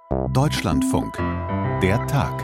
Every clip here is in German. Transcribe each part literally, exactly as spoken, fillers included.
Deutschlandfunk. Der Tag.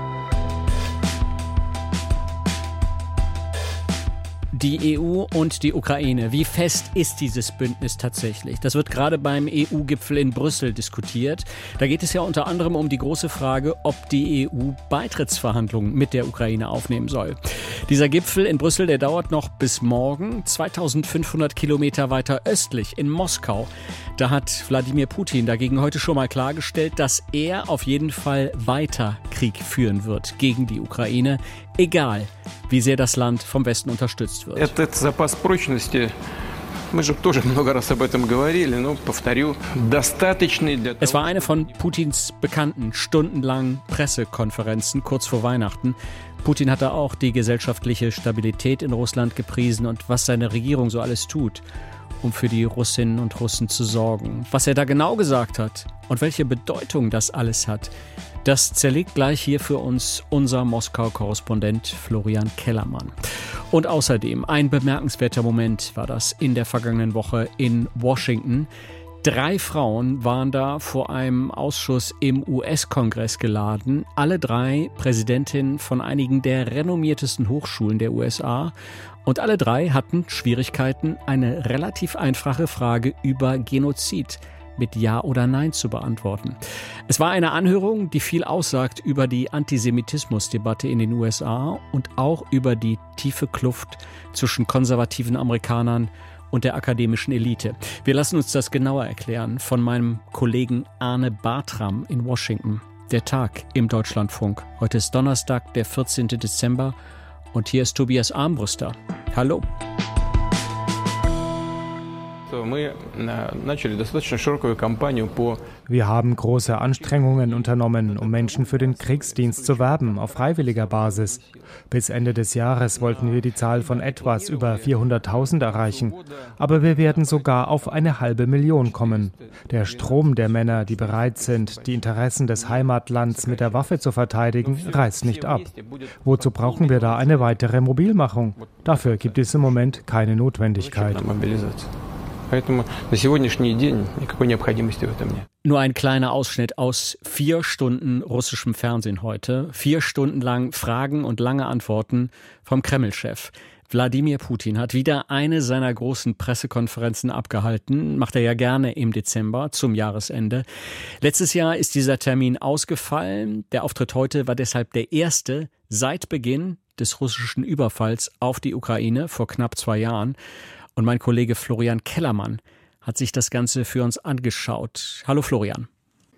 Die E U und die Ukraine. Wie fest ist dieses Bündnis tatsächlich? Das wird gerade beim E U-Gipfel in Brüssel diskutiert. Da geht es ja unter anderem um die große Frage, ob die E U Beitrittsverhandlungen mit der Ukraine aufnehmen soll. Dieser Gipfel in Brüssel, der dauert noch bis morgen, zweitausendfünfhundert Kilometer weiter östlich in Moskau. Da hat Wladimir Putin dagegen heute schon mal klargestellt, dass er auf jeden Fall weiter Krieg führen wird gegen die Ukraine, egal wie sehr das Land vom Westen unterstützt wird. Этот запас прочности, мы же тоже много раз об этом говорили, но повторю, достаточный для того. Es war eine von Putins bekannten stundenlangen Pressekonferenzen kurz vor Weihnachten. Putin hatte auch die gesellschaftliche Stabilität in Russland gepriesen und was seine Regierung so alles tut, um für die Russinnen und Russen zu sorgen. Was er da genau gesagt hat und welche Bedeutung das alles hat, das zerlegt gleich hier für uns unser Moskau-Korrespondent Florian Kellermann. Und außerdem ein bemerkenswerter Moment war das in der vergangenen Woche in Washington. Drei Frauen waren da vor einem Ausschuss im U S-Kongress geladen. Alle drei Präsidentinnen von einigen der renommiertesten Hochschulen der U S A. Und alle drei hatten Schwierigkeiten, eine relativ einfache Frage über Genozid mit Ja oder Nein zu beantworten. Es war eine Anhörung, die viel aussagt über die Antisemitismusdebatte in den U S A und auch über die tiefe Kluft zwischen konservativen Amerikanern und der akademischen Elite. Wir lassen uns das genauer erklären von meinem Kollegen Arne Bartram in Washington. Der Tag im Deutschlandfunk. Heute ist Donnerstag, der vierzehnten Dezember und hier ist Tobias Armbruster. Hallo. Wir haben große Anstrengungen unternommen, um Menschen für den Kriegsdienst zu werben, auf freiwilliger Basis. Bis Ende des Jahres wollten wir die Zahl von etwas über vierhunderttausend erreichen. Aber wir werden sogar auf eine halbe Million kommen. Der Strom der Männer, die bereit sind, die Interessen des Heimatlands mit der Waffe zu verteidigen, reißt nicht ab. Wozu brauchen wir da eine weitere Mobilmachung? Dafür gibt es im Moment keine Notwendigkeit. Nur ein kleiner Ausschnitt aus vier Stunden russischem Fernsehen heute. Vier Stunden lang Fragen und lange Antworten vom Kreml-Chef. Wladimir Putin hat wieder eine seiner großen Pressekonferenzen abgehalten. Macht er ja gerne im Dezember zum Jahresende. Letztes Jahr ist dieser Termin ausgefallen. Der Auftritt heute war deshalb der erste seit Beginn des russischen Überfalls auf die Ukraine vor knapp zwei Jahren. Und mein Kollege Florian Kellermann hat sich das Ganze für uns angeschaut. Hallo Florian.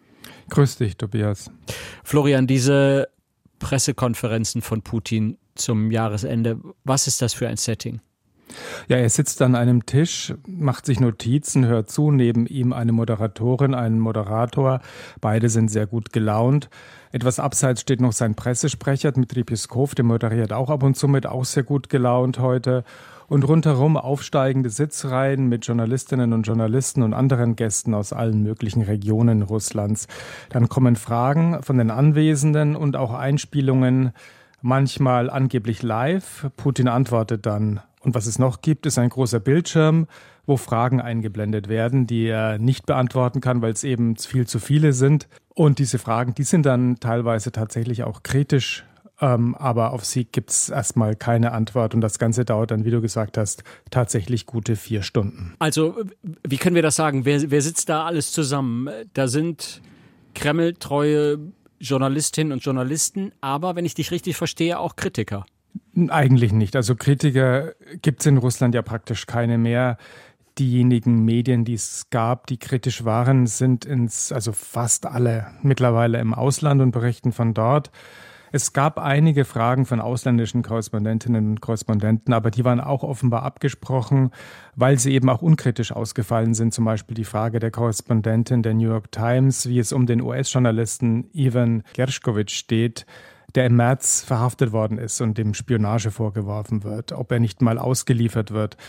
Grüß dich, Tobias. Florian, diese Pressekonferenzen von Putin zum Jahresende, was ist das für ein Setting? Ja, er sitzt an einem Tisch, macht sich Notizen, hört zu, neben ihm eine Moderatorin, ein Moderator. Beide sind sehr gut gelaunt. Etwas abseits steht noch sein Pressesprecher, Dmitri Peskov, der moderiert auch ab und zu mit, auch sehr gut gelaunt heute. Und rundherum aufsteigende Sitzreihen mit Journalistinnen und Journalisten und anderen Gästen aus allen möglichen Regionen Russlands. Dann kommen Fragen von den Anwesenden und auch Einspielungen, manchmal angeblich live. Putin antwortet dann. Und was es noch gibt, ist ein großer Bildschirm, wo Fragen eingeblendet werden, die er nicht beantworten kann, weil es eben viel zu viele sind. Und diese Fragen, die sind dann teilweise tatsächlich auch kritisch. Ähm, aber auf sie gibt es erstmal keine Antwort und das Ganze dauert dann, wie du gesagt hast, tatsächlich gute vier Stunden. Also, wie können wir das sagen? Wer, wer sitzt da alles zusammen? Da sind Kreml-treue Journalistinnen und Journalisten, aber, wenn ich dich richtig verstehe, auch Kritiker. Eigentlich nicht. Also Kritiker gibt es in Russland ja praktisch keine mehr. Diejenigen Medien, die es gab, die kritisch waren, sind ins, also fast alle mittlerweile im Ausland und berichten von dort. Es gab einige Fragen von ausländischen Korrespondentinnen und Korrespondenten, aber die waren auch offenbar abgesprochen, weil sie eben auch unkritisch ausgefallen sind. Zum Beispiel die Frage der Korrespondentin der New York Times, wie es um den U S-Journalisten Ivan Gershkovich steht, der im März verhaftet worden ist und dem Spionage vorgeworfen wird, ob er nicht mal ausgeliefert wird.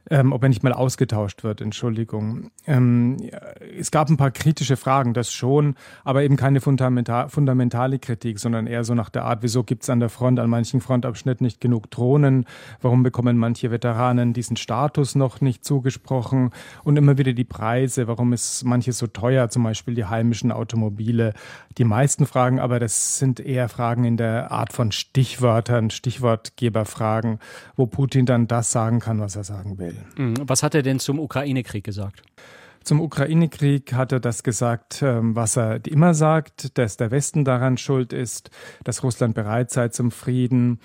Ähm, ob er nicht mal ausgetauscht wird, Entschuldigung. Ähm, es gab ein paar kritische Fragen, das schon, aber eben keine fundamenta- fundamentale Kritik, sondern eher so nach der Art, wieso gibt es an der Front, an manchen Frontabschnitten nicht genug Drohnen, warum bekommen manche Veteranen diesen Status noch nicht zugesprochen und immer wieder die Preise, warum ist manches so teuer, zum Beispiel die heimischen Automobile. Die meisten Fragen, aber das sind eher Fragen in der Art von Stichwörtern, Stichwortgeberfragen, wo Putin dann das sagen kann, was er sagen will. Was hat er denn zum Ukraine-Krieg gesagt? Zum Ukraine-Krieg hat er das gesagt, was er immer sagt, dass der Westen daran schuld ist, dass Russland bereit sei zum Frieden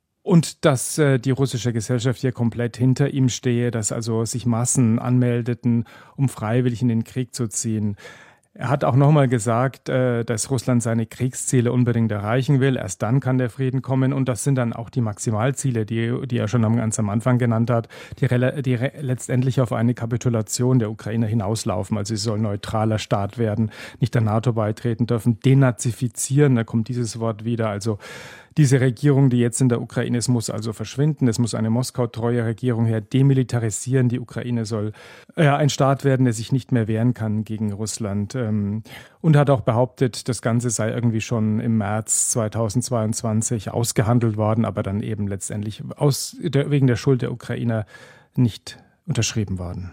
und dass die russische Gesellschaft hier komplett hinter ihm stehe, dass also sich Massen anmeldeten, um freiwillig in den Krieg zu ziehen. Er hat auch nochmal gesagt, dass Russland seine Kriegsziele unbedingt erreichen will. Erst dann kann der Frieden kommen. Und das sind dann auch die Maximalziele, die, die er schon ganz am Anfang genannt hat, die, die letztendlich auf eine Kapitulation der Ukraine hinauslaufen. Also sie soll neutraler Staat werden, nicht der NATO beitreten dürfen, denazifizieren, da kommt dieses Wort wieder. Also diese Regierung, die jetzt in der Ukraine ist, muss also verschwinden. Es muss eine Moskau-treue Regierung her, demilitarisieren. Die Ukraine soll äh, ein Staat werden, der sich nicht mehr wehren kann gegen Russland. Ähm, und hat auch behauptet, das Ganze sei irgendwie schon im März zweitausendzweiundzwanzig ausgehandelt worden, aber dann eben letztendlich aus, der, wegen der Schuld der Ukrainer nicht unterschrieben worden.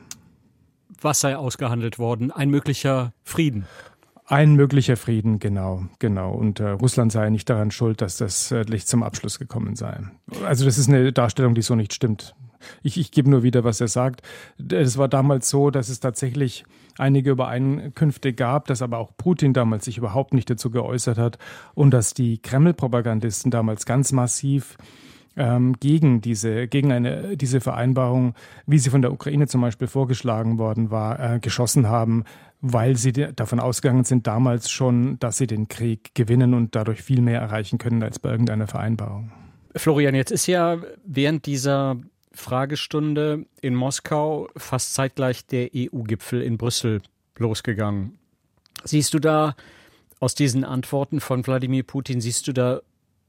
Was sei ausgehandelt worden? Ein möglicher Frieden? Ein möglicher Frieden, genau, genau. Und äh, Russland sei nicht daran schuld, dass das äh, nicht zum Abschluss gekommen sei. Also das ist eine Darstellung, die so nicht stimmt. Ich, ich gebe nur wieder, was er sagt. Es war damals so, dass es tatsächlich einige Übereinkünfte gab, dass aber auch Putin damals sich überhaupt nicht dazu geäußert hat und dass die Kreml-Propagandisten damals ganz massiv ähm, gegen diese, gegen eine, diese Vereinbarung, wie sie von der Ukraine zum Beispiel vorgeschlagen worden war, äh, geschossen haben, weil sie davon ausgegangen sind damals schon, dass sie den Krieg gewinnen und dadurch viel mehr erreichen können als bei irgendeiner Vereinbarung. Florian, jetzt ist ja während dieser Fragestunde in Moskau fast zeitgleich der E U-Gipfel in Brüssel losgegangen. Siehst du da aus diesen Antworten von Wladimir Putin, siehst du da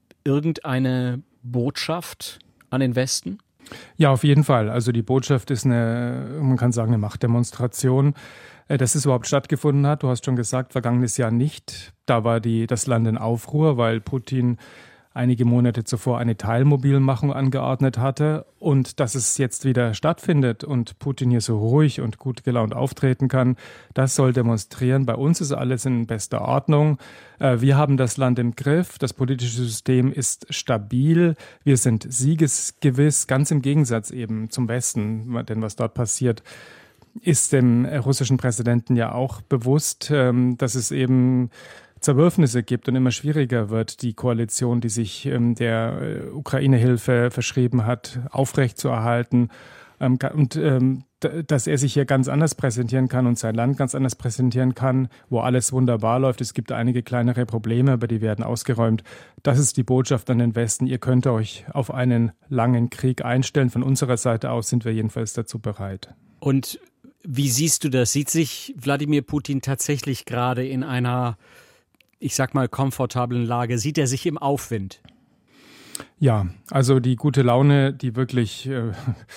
irgendeine Botschaft an den Westen? Ja, auf jeden Fall. Also die Botschaft ist eine, man kann sagen, eine Machtdemonstration, dass es überhaupt stattgefunden hat. Du hast schon gesagt, vergangenes Jahr nicht. Da war die, das Land in Aufruhr, weil Putin einige Monate zuvor eine Teilmobilmachung angeordnet hatte. Und dass es jetzt wieder stattfindet und Putin hier so ruhig und gut gelaunt auftreten kann, das soll demonstrieren. Bei uns ist alles in bester Ordnung. Wir haben das Land im Griff. Das politische System ist stabil. Wir sind siegesgewiss, ganz im Gegensatz eben zum Westen. Denn was dort passiert, ist dem russischen Präsidenten ja auch bewusst, dass es eben Zerwürfnisse gibt und immer schwieriger wird, die Koalition, die sich der Ukraine-Hilfe verschrieben hat, aufrechtzuerhalten. Und dass er sich hier ganz anders präsentieren kann und sein Land ganz anders präsentieren kann, wo alles wunderbar läuft. Es gibt einige kleinere Probleme, aber die werden ausgeräumt. Das ist die Botschaft an den Westen. Ihr könnt euch auf einen langen Krieg einstellen. Von unserer Seite aus sind wir jedenfalls dazu bereit. Und wie siehst du das? Sieht sich Wladimir Putin tatsächlich gerade in einer, ich sag mal, komfortablen Lage? Sieht er sich im Aufwind? Ja, also die gute Laune, die wirklich äh,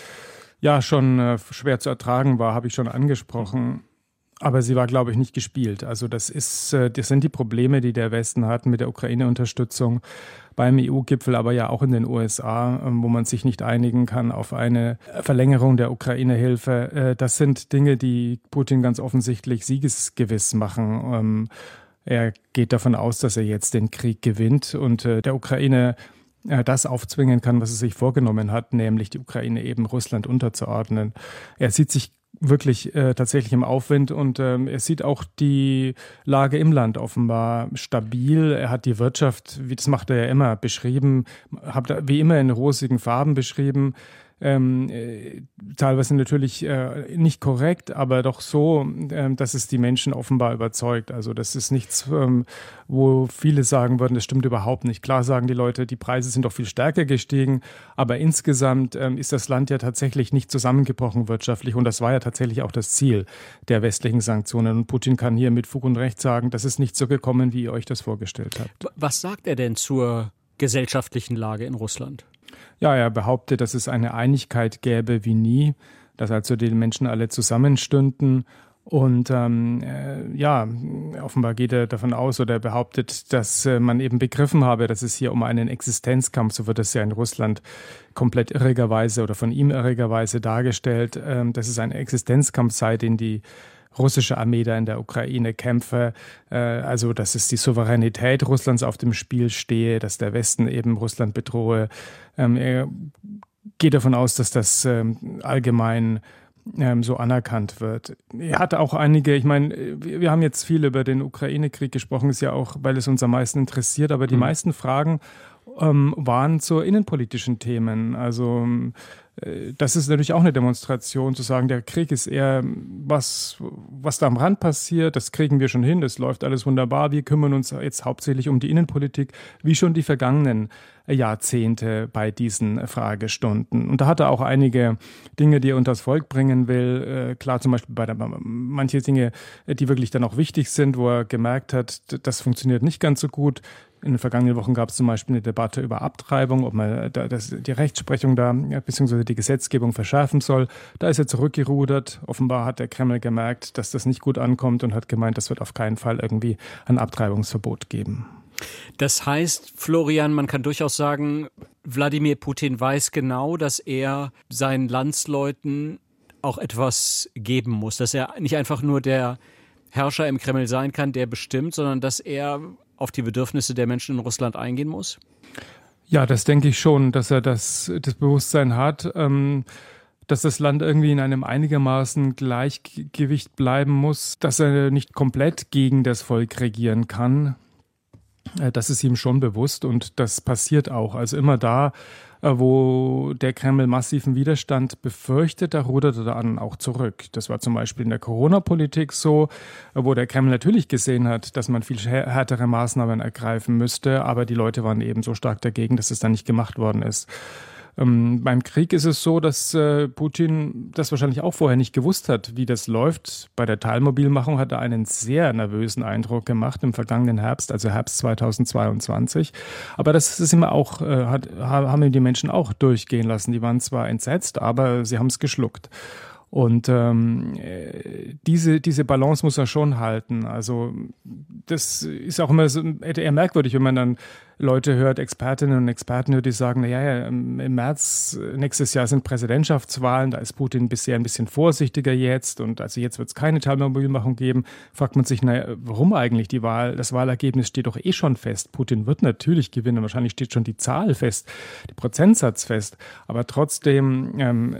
ja schon äh, schwer zu ertragen war, habe ich schon angesprochen. Aber sie war, glaube ich, nicht gespielt. Also das ist, äh, das sind die Probleme, die der Westen hat mit der Ukraine-Unterstützung beim E U-Gipfel, aber ja auch in den U S A, äh, wo man sich nicht einigen kann auf eine Verlängerung der Ukraine-Hilfe. Äh, das sind Dinge, die Putin ganz offensichtlich siegesgewiss machen. Ähm, er geht davon aus, dass er jetzt den Krieg gewinnt und äh, der Ukraine das aufzwingen kann, was er sich vorgenommen hat, nämlich die Ukraine eben Russland unterzuordnen. Er sieht sich wirklich äh, tatsächlich im Aufwind und ähm, er sieht auch die Lage im Land offenbar stabil. Er hat die Wirtschaft, wie das macht er ja immer, beschrieben, hat er wie immer in rosigen Farben beschrieben. Ähm, äh, teilweise natürlich äh, nicht korrekt, aber doch so, äh, dass es die Menschen offenbar überzeugt. Also das ist nichts, ähm, wo viele sagen würden, das stimmt überhaupt nicht. Klar sagen die Leute, die Preise sind doch viel stärker gestiegen, aber insgesamt ähm, ist das Land ja tatsächlich nicht zusammengebrochen wirtschaftlich und das war ja tatsächlich auch das Ziel der westlichen Sanktionen. Und Putin kann hier mit Fug und Recht sagen, das ist nicht so gekommen, wie ihr euch das vorgestellt habt. Was sagt er denn zur gesellschaftlichen Lage in Russland? Ja, er behauptet, dass es eine Einigkeit gäbe wie nie, dass also die Menschen alle zusammenstünden. Und ähm, äh, ja, offenbar geht er davon aus oder behauptet, dass äh, man eben begriffen habe, dass es hier um einen Existenzkampf, so wird es ja in Russland komplett irrigerweise oder von ihm irrigerweise dargestellt, äh, dass es ein Existenzkampf sei, den die russische Armee da in der Ukraine kämpfe, äh, also dass es die Souveränität Russlands auf dem Spiel stehe, dass der Westen eben Russland bedrohe. Ähm, er geht davon aus, dass das ähm, allgemein ähm, so anerkannt wird. Er hat auch einige, ich meine, wir, wir haben jetzt viel über den Ukraine-Krieg gesprochen, ist ja auch, weil es uns am meisten interessiert, aber die mhm. meisten Fragen ähm, waren zu innenpolitischen Themen. Also das ist natürlich auch eine Demonstration, zu sagen, der Krieg ist eher was, was da am Rand passiert, das kriegen wir schon hin, das läuft alles wunderbar, wir kümmern uns jetzt hauptsächlich um die Innenpolitik, wie schon die vergangenen Jahrzehnte bei diesen Fragestunden. Und da hat er auch einige Dinge, die er unters Volk bringen will, klar zum Beispiel bei der, manche Dinge, die wirklich dann auch wichtig sind, wo er gemerkt hat, das funktioniert nicht ganz so gut. In den vergangenen Wochen gab es zum Beispiel eine Debatte über Abtreibung, ob man da, das, die Rechtsprechung da bzw. die Gesetzgebung verschärfen soll. Da ist er zurückgerudert. Offenbar hat der Kreml gemerkt, dass das nicht gut ankommt und hat gemeint, das wird auf keinen Fall irgendwie ein Abtreibungsverbot geben. Das heißt, Florian, man kann durchaus sagen, Wladimir Putin weiß genau, dass er seinen Landsleuten auch etwas geben muss, dass er nicht einfach nur der Herrscher im Kreml sein kann, der bestimmt, sondern dass er auf die Bedürfnisse der Menschen in Russland eingehen muss? Ja, das denke ich schon, dass er das, das Bewusstsein hat, ähm, dass das Land irgendwie in einem einigermaßen Gleichgewicht bleiben muss, dass er nicht komplett gegen das Volk regieren kann. Äh, das ist ihm schon bewusst und das passiert auch. Also immer da, wo der Kreml massiven Widerstand befürchtet, da rudert er dann auch zurück. Das war zum Beispiel in der Corona-Politik so, wo der Kreml natürlich gesehen hat, dass man viel härtere Maßnahmen ergreifen müsste, aber die Leute waren eben so stark dagegen, dass es dann nicht gemacht worden ist. Ähm, beim Krieg ist es so, dass äh, Putin das wahrscheinlich auch vorher nicht gewusst hat, wie das läuft. Bei der Teilmobilmachung hat er einen sehr nervösen Eindruck gemacht im vergangenen Herbst, also Herbst zweitausendzweiundzwanzig. Aber das ist immer auch, äh, hat, haben ihm die Menschen auch durchgehen lassen. Die waren zwar entsetzt, aber sie haben es geschluckt. Und ähm, diese, diese Balance muss er schon halten. Also das ist auch immer so eher merkwürdig, wenn man dann Leute hört, Expertinnen und Experten hört, die sagen, naja, ja, im März nächstes Jahr sind Präsidentschaftswahlen, da ist Putin bisher ein bisschen vorsichtiger jetzt und also jetzt wird es keine Teilmobilmachung geben. Fragt man sich, naja, warum eigentlich die Wahl? Das Wahlergebnis steht doch eh schon fest. Putin wird natürlich gewinnen, wahrscheinlich steht schon die Zahl fest, der Prozentsatz fest, aber trotzdem ähm,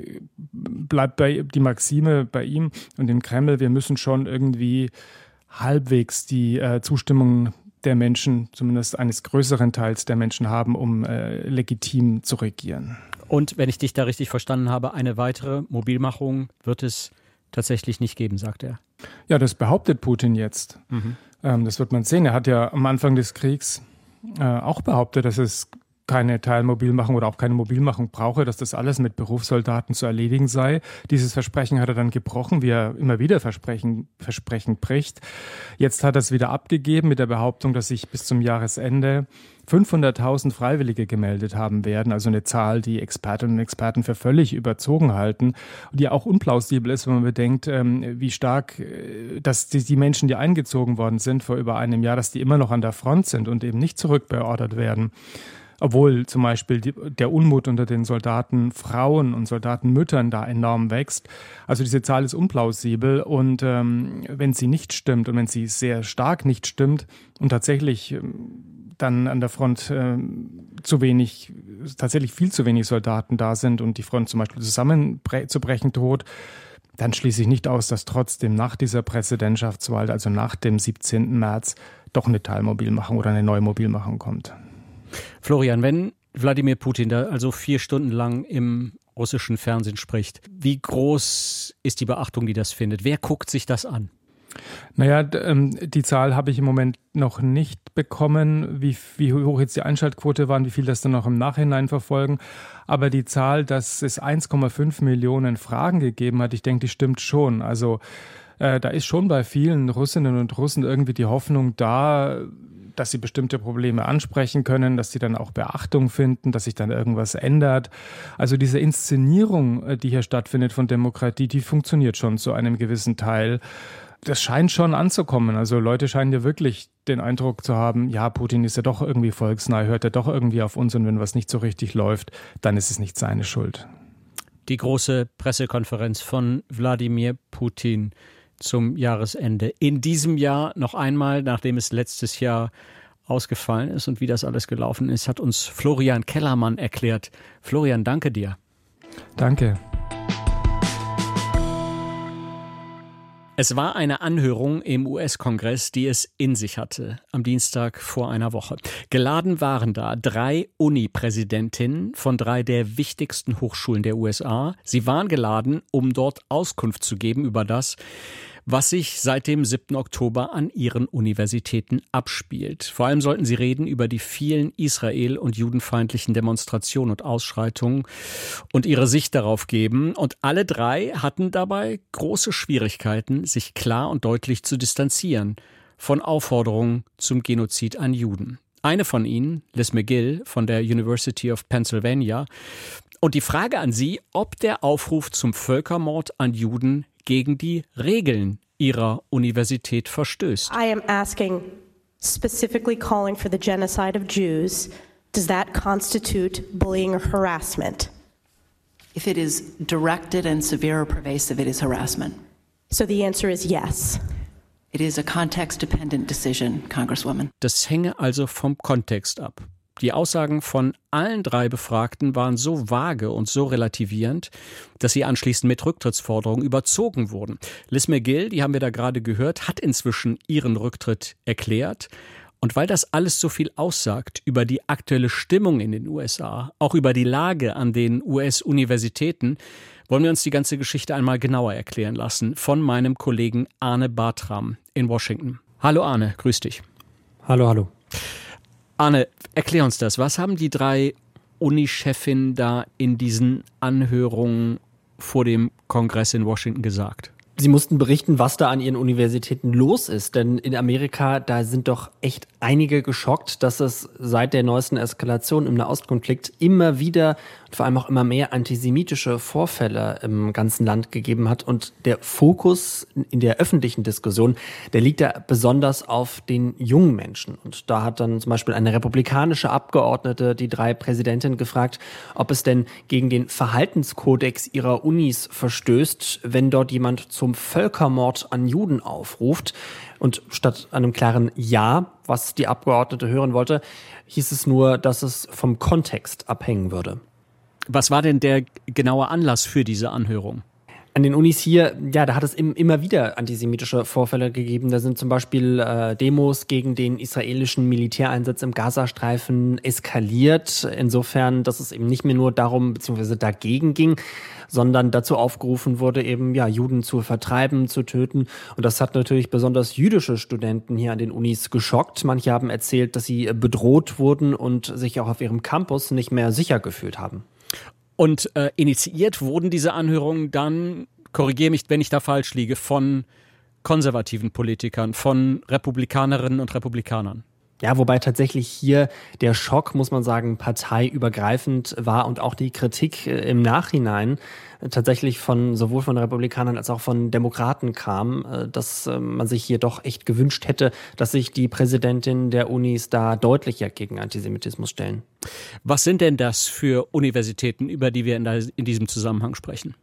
bleibt bei die Maxime bei ihm und dem Kreml, wir müssen schon irgendwie halbwegs die äh, Zustimmung der Menschen, zumindest eines größeren Teils der Menschen haben, um äh, legitim zu regieren. Und wenn ich dich da richtig verstanden habe, eine weitere Mobilmachung wird es tatsächlich nicht geben, sagt er. Ja, das behauptet Putin jetzt. Mhm. Ähm, das wird man sehen. Er hat ja am Anfang des Kriegs äh, auch behauptet, dass es keine Teilmobilmachung oder auch keine Mobilmachung brauche, dass das alles mit Berufssoldaten zu erledigen sei. Dieses Versprechen hat er dann gebrochen, wie er immer wieder Versprechen, Versprechen bricht. Jetzt hat er es wieder abgegeben mit der Behauptung, dass sich bis zum Jahresende fünfhunderttausend Freiwillige gemeldet haben werden, also eine Zahl, die Expertinnen und Experten für völlig überzogen halten und die auch unplausibel ist, wenn man bedenkt, wie stark, dass die Menschen, die eingezogen worden sind vor über einem Jahr, dass die immer noch an der Front sind und eben nicht zurückbeordert werden. Obwohl zum Beispiel die, der Unmut unter den Soldatenfrauen und Soldatenmüttern da enorm wächst. Also diese Zahl ist unplausibel und ähm, wenn sie nicht stimmt und wenn sie sehr stark nicht stimmt und tatsächlich ähm, dann an der Front äh, zu wenig, tatsächlich viel zu wenig Soldaten da sind und die Front zum Beispiel zusammenzubrechen droht, dann schließe ich nicht aus, dass trotzdem nach dieser Präsidentschaftswahl, also nach dem siebzehnten März, doch eine Teilmobilmachung oder eine Neumobilmachung kommt. Florian, wenn Wladimir Putin da also vier Stunden lang im russischen Fernsehen spricht, wie groß ist die Beachtung, die das findet? Wer guckt sich das an? Naja, die Zahl habe ich im Moment noch nicht bekommen, wie, wie hoch jetzt die Einschaltquote waren, wie viel das dann noch im Nachhinein verfolgen. Aber die Zahl, dass es eins Komma fünf Millionen Fragen gegeben hat, ich denke, die stimmt schon. Also äh, da ist schon bei vielen Russinnen und Russen irgendwie die Hoffnung da, dass sie bestimmte Probleme ansprechen können, dass sie dann auch Beachtung finden, dass sich dann irgendwas ändert. Also diese Inszenierung, die hier stattfindet von Demokratie, die funktioniert schon zu einem gewissen Teil. Das scheint schon anzukommen. Also Leute scheinen ja wirklich den Eindruck zu haben, ja, Putin ist ja doch irgendwie volksnah, hört er doch irgendwie auf uns und wenn was nicht so richtig läuft, dann ist es nicht seine Schuld. Die große Pressekonferenz von Wladimir Putin zum Jahresende. In diesem Jahr noch einmal, nachdem es letztes Jahr ausgefallen ist und wie das alles gelaufen ist, hat uns Florian Kellermann erklärt. Florian, danke dir. Danke. Es war eine Anhörung im U S-Kongress, die es in sich hatte, am Dienstag vor einer Woche. Geladen waren da drei Uni-Präsidentinnen von drei der wichtigsten Hochschulen der U S A. Sie waren geladen, um dort Auskunft zu geben über das, was sich seit dem siebten Oktober an ihren Universitäten abspielt. Vor allem sollten sie reden über die vielen israel- und judenfeindlichen Demonstrationen und Ausschreitungen und ihre Sicht darauf geben. Und alle drei hatten dabei große Schwierigkeiten, sich klar und deutlich zu distanzieren von Aufforderungen zum Genozid an Juden. Eine von ihnen, Liz McGill von der University of Pennsylvania. Und die Frage an sie, ob der Aufruf zum Völkermord an Juden gegen die Regeln ihrer Universität verstößt. I am asking, specifically calling for the genocide of Jews. Does that constitute bullying or harassment? If it is directed and severe or pervasive, it is harassment. So the answer is yes. It is a context-dependent decision, Congresswoman. Das hänge also vom Kontext ab. Die Aussagen von allen drei Befragten waren so vage und so relativierend, dass sie anschließend mit Rücktrittsforderungen überzogen wurden. Liz McGill, die haben wir da gerade gehört, hat inzwischen ihren Rücktritt erklärt. Und weil das alles so viel aussagt über die aktuelle Stimmung in den U S A, auch über die Lage an den U S-Universitäten, wollen wir uns die ganze Geschichte einmal genauer erklären lassen von meinem Kollegen Arne Bartram in Washington. Hallo Arne, grüß dich. Hallo, hallo. Arne, erklär uns das. Was haben die drei Uni-Chefinnen da in diesen Anhörungen vor dem Kongress in Washington gesagt? Sie mussten berichten, was da an ihren Universitäten los ist. Denn in Amerika, da sind doch echt einige geschockt, dass es seit der neuesten Eskalation im Nahostkonflikt immer wieder und vor allem auch immer mehr antisemitische Vorfälle im ganzen Land gegeben hat. Und der Fokus in der öffentlichen Diskussion, der liegt da besonders auf den jungen Menschen. Und da hat dann zum Beispiel eine republikanische Abgeordnete die drei Präsidentinnen gefragt, ob es denn gegen den Verhaltenskodex ihrer Unis verstößt, wenn dort jemand zum Völkermord an Juden aufruft. Und statt einem klaren Ja, was die Abgeordnete hören wollte, hieß es nur, dass es vom Kontext abhängen würde. Was war denn der genaue Anlass für diese Anhörung? An den Unis hier, ja, da hat es im, immer wieder antisemitische Vorfälle gegeben. Da sind zum Beispiel äh, Demos gegen den israelischen Militäreinsatz im Gazastreifen eskaliert. Insofern, dass es eben nicht mehr nur darum bzw. dagegen ging, sondern dazu aufgerufen wurde, eben ja Juden zu vertreiben, zu töten. Und das hat natürlich besonders jüdische Studenten hier an den Unis geschockt. Manche haben erzählt, dass sie bedroht wurden und sich auch auf ihrem Campus nicht mehr sicher gefühlt haben. Und äh, initiiert wurden diese Anhörungen dann, korrigiere mich, wenn ich da falsch liege, von konservativen Politikern, von Republikanerinnen und Republikanern. Ja, wobei tatsächlich hier der Schock, muss man sagen, parteiübergreifend war und auch die Kritik im Nachhinein tatsächlich von sowohl von Republikanern als auch von Demokraten kam, dass man sich hier doch echt gewünscht hätte, dass sich die Präsidentin der Unis da deutlicher gegen Antisemitismus stellen. Was sind denn das für Universitäten, über die wir in, der, in diesem Zusammenhang sprechen?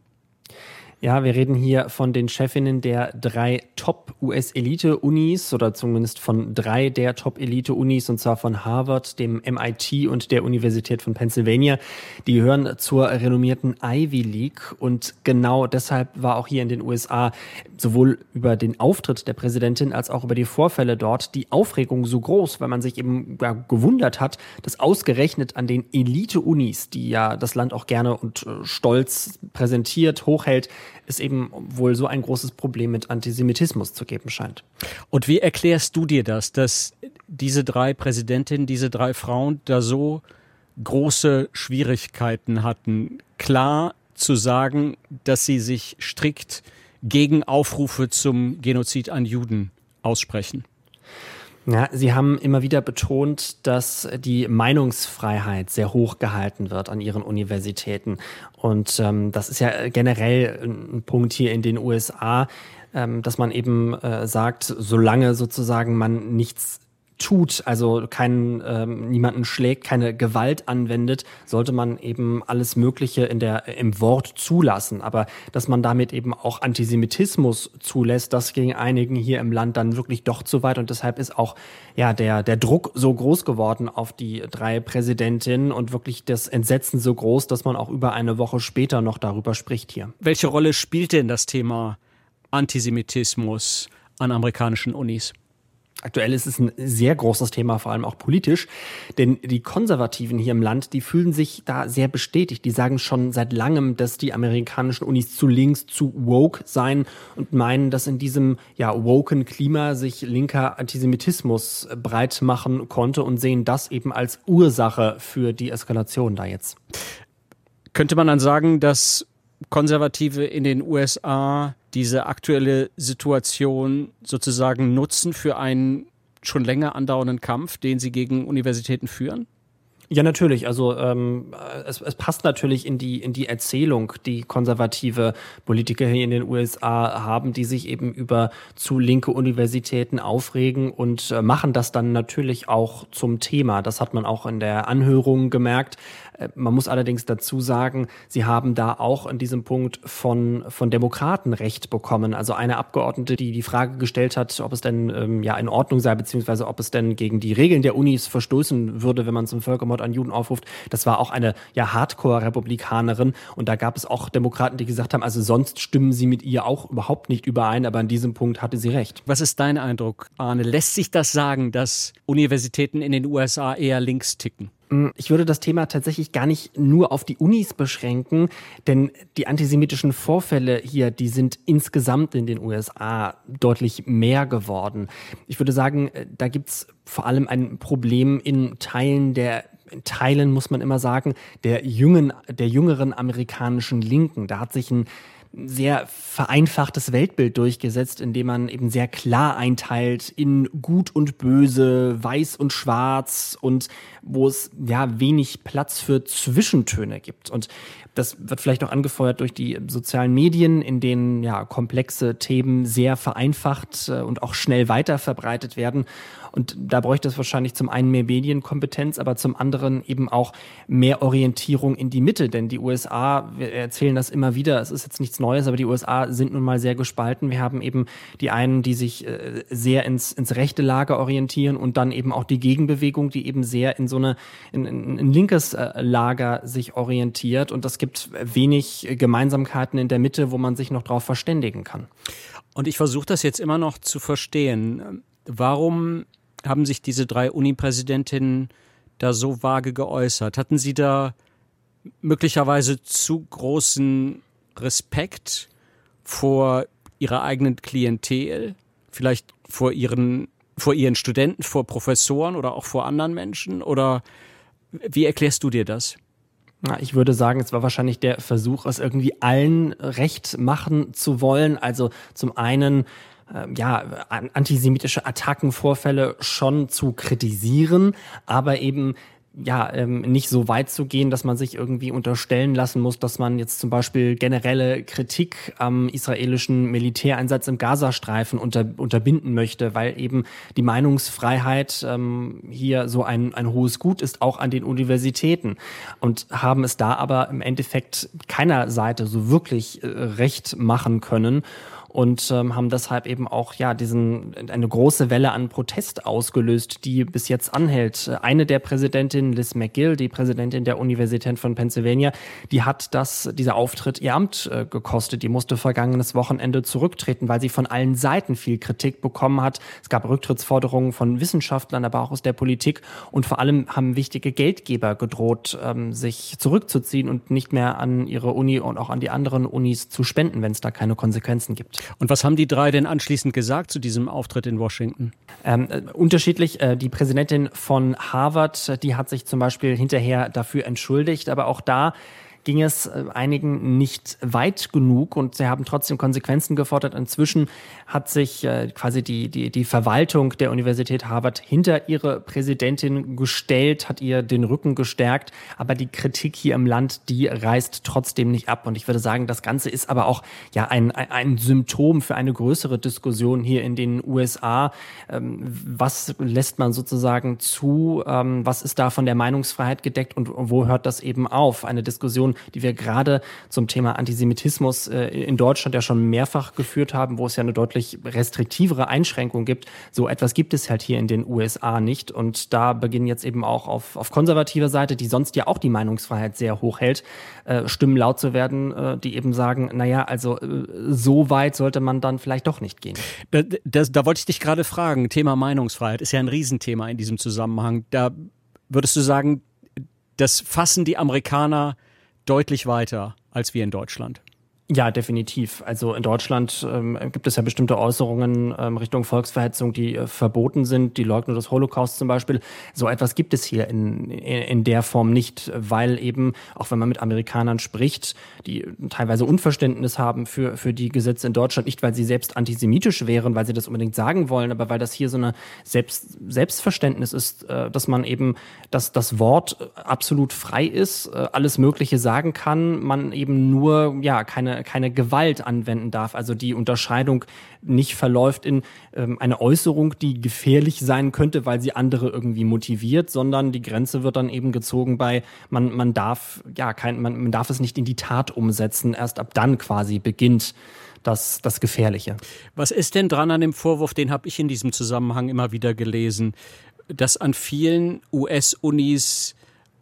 Ja, wir reden hier von den Chefinnen der drei Top-U S-Elite-Unis oder zumindest von drei der Top-Elite-Unis, und zwar von Harvard, dem M I T und der Universität von Pennsylvania. Die gehören zur renommierten Ivy League, und genau deshalb war auch hier in den U S A sowohl über den Auftritt der Präsidentin als auch über die Vorfälle dort die Aufregung so groß, weil man sich eben ja, gewundert hat, dass ausgerechnet an den Elite-Unis, die ja das Land auch gerne und äh, stolz präsentiert, hochhält, es eben wohl so ein großes Problem mit Antisemitismus zu geben scheint. Und wie erklärst du dir das, dass diese drei Präsidentinnen, diese drei Frauen da so große Schwierigkeiten hatten, klar zu sagen, dass sie sich strikt gegen Aufrufe zum Genozid an Juden aussprechen? Ja, Sie haben immer wieder betont, dass die Meinungsfreiheit sehr hoch gehalten wird an Ihren Universitäten. Und ähm, das ist ja generell ein Punkt hier in den U S A, ähm, dass man eben äh, sagt, solange sozusagen man nichts tut, also keinen, ähm, niemanden schlägt, keine Gewalt anwendet, sollte man eben alles Mögliche in der, im Wort zulassen. Aber dass man damit eben auch Antisemitismus zulässt, das ging einigen hier im Land dann wirklich doch zu weit. Und deshalb ist auch ja der, der Druck so groß geworden auf die drei Präsidentinnen und wirklich das Entsetzen so groß, dass man auch über eine Woche später noch darüber spricht hier. Welche Rolle spielt denn das Thema Antisemitismus an amerikanischen Unis? Aktuell ist es ein sehr großes Thema, vor allem auch politisch, denn die Konservativen hier im Land, die fühlen sich da sehr bestätigt. Die sagen schon seit langem, dass die amerikanischen Unis zu links, zu woke seien und meinen, dass in diesem ja woken Klima sich linker Antisemitismus breit machen konnte und sehen das eben als Ursache für die Eskalation da jetzt. Könnte man dann sagen, dass Konservative in den U S A diese aktuelle Situation sozusagen nutzen für einen schon länger andauernden Kampf, den sie gegen Universitäten führen? Ja, natürlich. Also ähm, es, es passt natürlich in die in die Erzählung, die konservative Politiker hier in den U S A haben, die sich eben über zu linke Universitäten aufregen und äh, machen das dann natürlich auch zum Thema. Das hat man auch in der Anhörung gemerkt. Äh, man muss allerdings dazu sagen, sie haben da auch in diesem Punkt von von Demokraten Recht bekommen. Also eine Abgeordnete, die die Frage gestellt hat, ob es denn ähm, ja in Ordnung sei, beziehungsweise ob es denn gegen die Regeln der Unis verstoßen würde, wenn man zum Völkermord an Juden aufruft. Das war auch eine ja Hardcore-Republikanerin und da gab es auch Demokraten, die gesagt haben, also sonst stimmen sie mit ihr auch überhaupt nicht überein, aber an diesem Punkt hatte sie recht. Was ist dein Eindruck, Arne? Lässt sich das sagen, dass Universitäten in den U S A eher links ticken? Ich würde das Thema tatsächlich gar nicht nur auf die Unis beschränken, denn die antisemitischen Vorfälle hier, die sind insgesamt in den U S A deutlich mehr geworden. Ich würde sagen, da gibt's vor allem ein Problem in Teilen der in Teilen, muss man immer sagen, der jungen, der jüngeren amerikanischen Linken. Da hat sich ein sehr vereinfachtes Weltbild durchgesetzt, indem man eben sehr klar einteilt in Gut und Böse, Weiß und Schwarz und wo es ja wenig Platz für Zwischentöne gibt. Und das wird vielleicht auch angefeuert durch die sozialen Medien, in denen ja komplexe Themen sehr vereinfacht und auch schnell weiterverbreitet werden. Und da bräuchte es wahrscheinlich zum einen mehr Medienkompetenz, aber zum anderen eben auch mehr Orientierung in die Mitte. Denn die U S A, wir erzählen das immer wieder, es ist jetzt nichts Neues, aber die U S A sind nun mal sehr gespalten. Wir haben eben die einen, die sich sehr ins, ins rechte Lager orientieren und dann eben auch die Gegenbewegung, die eben sehr in so eine, in, in ein linkes Lager sich orientiert. Und das gibt wenig Gemeinsamkeiten in der Mitte, wo man sich noch drauf verständigen kann. Und ich versuche das jetzt immer noch zu verstehen. Warum haben sich diese drei Uni-Präsidentinnen da so vage geäußert? Hatten sie da möglicherweise zu großen Respekt vor ihrer eigenen Klientel? Vielleicht vor ihren, vor ihren Studenten, vor Professoren oder auch vor anderen Menschen? Oder wie erklärst du dir das? Na, ich würde sagen, es war wahrscheinlich der Versuch, es irgendwie allen recht machen zu wollen. Also zum einen ja, antisemitische Attackenvorfälle schon zu kritisieren, aber eben ja, ähm, nicht so weit zu gehen, dass man sich irgendwie unterstellen lassen muss, dass man jetzt zum Beispiel generelle Kritik am israelischen Militäreinsatz im Gazastreifen unter, unterbinden möchte, weil eben die Meinungsfreiheit ähm, hier so ein, ein hohes Gut ist, auch an den Universitäten. Und haben es da aber im Endeffekt keiner Seite so wirklich äh, recht machen können. Und ähm, haben deshalb eben auch ja diesen eine große Welle an Protest ausgelöst, die bis jetzt anhält. Eine der Präsidentinnen, Liz McGill, die Präsidentin der Universität von Pennsylvania, die hat das dieser Auftritt ihr Amt äh, gekostet. Die musste vergangenes Wochenende zurücktreten, weil sie von allen Seiten viel Kritik bekommen hat. Es gab Rücktrittsforderungen von Wissenschaftlern, aber auch aus der Politik. Und vor allem haben wichtige Geldgeber gedroht, ähm, sich zurückzuziehen und nicht mehr an ihre Uni und auch an die anderen Unis zu spenden, wenn es da keine Konsequenzen gibt. Und was haben die drei denn anschließend gesagt zu diesem Auftritt in Washington? Ähm, äh, unterschiedlich. Äh, die Präsidentin von Harvard, die hat sich zum Beispiel hinterher dafür entschuldigt, aber auch da ging es einigen nicht weit genug und sie haben trotzdem Konsequenzen gefordert. Inzwischen hat sich äh, quasi die, die, die Verwaltung der Universität Harvard hinter ihre Präsidentin gestellt, hat ihr den Rücken gestärkt, aber die Kritik hier im Land, die reißt trotzdem nicht ab. Und ich würde sagen, das Ganze ist aber auch ja ein, ein, ein Symptom für eine größere Diskussion hier in den U S A. Ähm, was lässt man sozusagen zu? Ähm, was ist da von der Meinungsfreiheit gedeckt und wo hört das eben auf? Eine Diskussion, die wir gerade zum Thema Antisemitismus äh, in Deutschland ja schon mehrfach geführt haben, wo es ja eine deutlich restriktivere Einschränkung gibt. So etwas gibt es halt hier in den U S A nicht. Und da beginnen jetzt eben auch auf, auf konservativer Seite, die sonst ja auch die Meinungsfreiheit sehr hoch hält, äh, Stimmen laut zu werden, äh, die eben sagen, naja, also äh, so weit sollte man dann vielleicht doch nicht gehen. Da, das, da wollte ich dich gerade fragen, Thema Meinungsfreiheit ist ja ein Riesenthema in diesem Zusammenhang. Da würdest du sagen, das fassen die Amerikaner deutlich weiter als wir in Deutschland? Ja, definitiv. Also in Deutschland ähm, gibt es ja bestimmte Äußerungen ähm, Richtung Volksverhetzung, die äh, verboten sind, die Leugnung des Holocaust zum Beispiel. So etwas gibt es hier in, in, in der Form nicht, weil eben, auch wenn man mit Amerikanern spricht, die teilweise Unverständnis haben für, für die Gesetze in Deutschland, nicht weil sie selbst antisemitisch wären, weil sie das unbedingt sagen wollen, aber weil das hier so eine Selbst, Selbstverständnis ist, äh, dass man eben, dass das Wort absolut frei ist, äh, alles Mögliche sagen kann, man eben nur, ja, keine keine Gewalt anwenden darf. Also die Unterscheidung nicht verläuft in ähm, eine Äußerung, die gefährlich sein könnte, weil sie andere irgendwie motiviert, sondern die Grenze wird dann eben gezogen bei, man, man darf, ja, kein, man, man darf es nicht in die Tat umsetzen. Erst ab dann quasi beginnt das, das Gefährliche. Was ist denn dran an dem Vorwurf, den habe ich in diesem Zusammenhang immer wieder gelesen, dass an vielen U S-Unis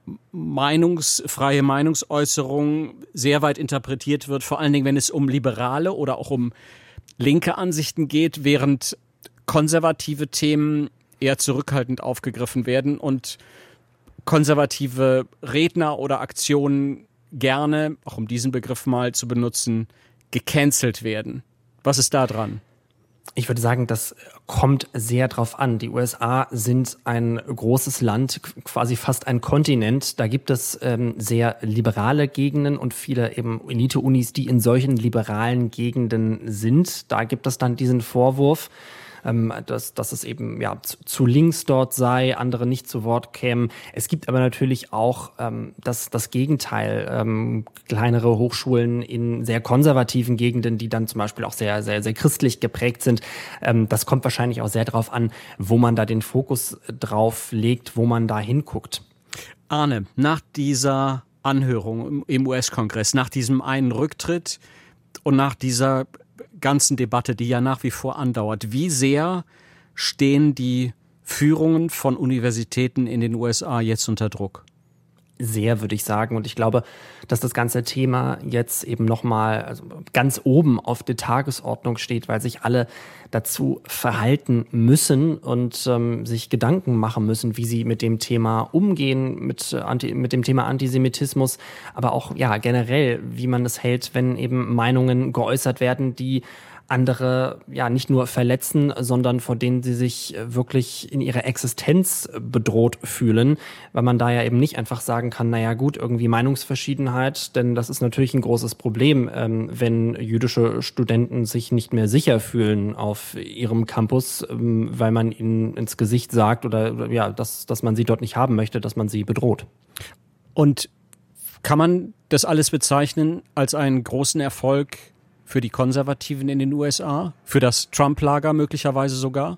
Meinungsfreie Meinungsäußerung sehr weit interpretiert wird, vor allen Dingen, wenn es um liberale oder auch um linke Ansichten geht, während konservative Themen eher zurückhaltend aufgegriffen werden und konservative Redner oder Aktionen gerne, auch um diesen Begriff mal zu benutzen, gecancelt werden. Was ist da dran? Ich würde sagen, das kommt sehr drauf an. Die U S A sind ein großes Land, quasi fast ein Kontinent. Da gibt es ähm, sehr liberale Gegenden und viele eben Elite-Unis, die in solchen liberalen Gegenden sind. Da gibt es dann diesen Vorwurf, ähm, dass, dass es eben ja zu, zu links dort sei, andere nicht zu Wort kämen. Es gibt aber natürlich auch ähm, das, das Gegenteil, ähm, kleinere Hochschulen in sehr konservativen Gegenden, die dann zum Beispiel auch sehr, sehr, sehr christlich geprägt sind. Ähm, das kommt wahrscheinlich auch sehr darauf an, wo man da den Fokus drauf legt, wo man da hinguckt. Arne, nach dieser Anhörung im, im U S-Kongress, nach diesem einen Rücktritt und nach dieser ganzen Debatte, die ja nach wie vor andauert, wie sehr stehen die Führungen von Universitäten in den U S A jetzt unter Druck? Sehr, würde ich sagen. Und ich glaube, dass das ganze Thema jetzt eben nochmal also ganz oben auf der Tagesordnung steht, weil sich alle dazu verhalten müssen und ähm, sich Gedanken machen müssen, wie sie mit dem Thema umgehen, mit, Anti- mit dem Thema Antisemitismus, aber auch ja generell, wie man es hält, wenn eben Meinungen geäußert werden, die andere ja nicht nur verletzen, sondern vor denen sie sich wirklich in ihrer Existenz bedroht fühlen, weil man da ja eben nicht einfach sagen kann, naja gut, irgendwie Meinungsverschiedenheit, denn das ist natürlich ein großes Problem, ähm, wenn jüdische Studenten sich nicht mehr sicher fühlen auf ihrem Campus, ähm, weil man ihnen ins Gesicht sagt oder, oder ja, dass, dass man sie dort nicht haben möchte, dass man sie bedroht. Und kann man das alles bezeichnen als einen großen Erfolg für die Konservativen in den U S A? Für das Trump-Lager möglicherweise sogar?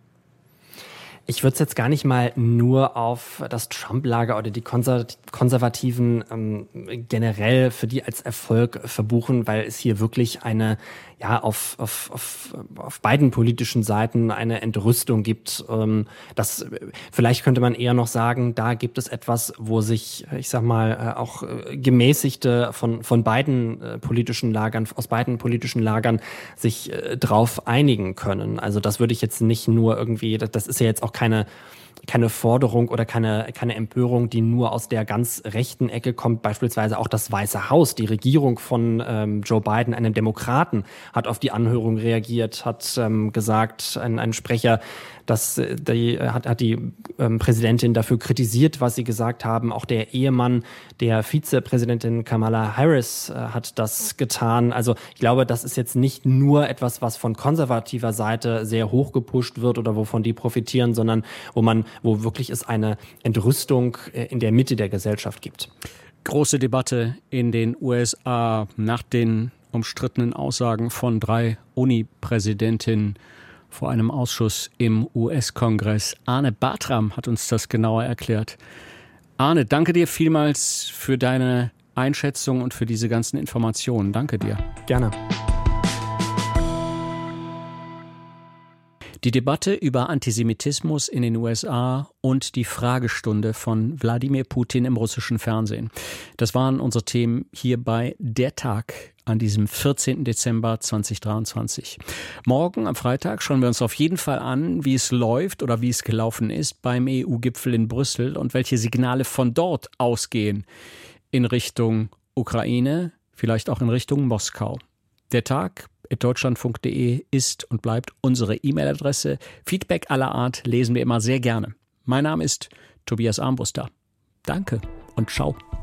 Ich würde es jetzt gar nicht mal nur auf das Trump-Lager oder die Konser- Konservativen ähm, generell für die als Erfolg verbuchen, weil es hier wirklich eine, ja, auf, auf, auf, auf beiden politischen Seiten eine Entrüstung gibt. Ähm, das, vielleicht könnte man eher noch sagen, da gibt es etwas, wo sich, ich sag mal, auch gemäßigte von, von beiden äh, politischen Lagern, aus beiden politischen Lagern sich äh, drauf einigen können. Also das würde ich jetzt nicht nur irgendwie, das, das ist ja jetzt auch keine keine Forderung oder keine, keine Empörung, die nur aus der ganz rechten Ecke kommt. Beispielsweise auch das Weiße Haus, die Regierung von ähm, Joe Biden, einem Demokraten, hat auf die Anhörung reagiert, hat ähm, gesagt, ein, ein Sprecher, dass die, hat, hat die ähm, Präsidentin dafür kritisiert, was sie gesagt haben. Auch der Ehemann der Vizepräsidentin Kamala Harris äh, hat das getan. Also ich glaube, das ist jetzt nicht nur etwas, was von konservativer Seite sehr hoch gepusht wird oder wovon die profitieren, sondern wo man, wo wirklich es eine Entrüstung äh, in der Mitte der Gesellschaft gibt. Große Debatte in den U S A nach den umstrittenen Aussagen von drei Uni-Präsidentinnen vor einem Ausschuss im U S-Kongress. Arne Bartram hat uns das genauer erklärt. Arne, danke dir vielmals für deine Einschätzung und für diese ganzen Informationen. Danke dir. Gerne. Die Debatte über Antisemitismus in den U S A und die Fragestunde von Wladimir Putin im russischen Fernsehen. Das waren unsere Themen hier bei Der Tag an diesem vierzehnten Dezember zweitausenddreiundzwanzig. Morgen am Freitag schauen wir uns auf jeden Fall an, wie es läuft oder wie es gelaufen ist beim E U-Gipfel in Brüssel und welche Signale von dort ausgehen in Richtung Ukraine, vielleicht auch in Richtung Moskau. Der Tag at deutschlandfunk punkt de ist und bleibt unsere E-Mail-Adresse. Feedback aller Art lesen wir immer sehr gerne. Mein Name ist Tobias Armbruster. Danke und ciao.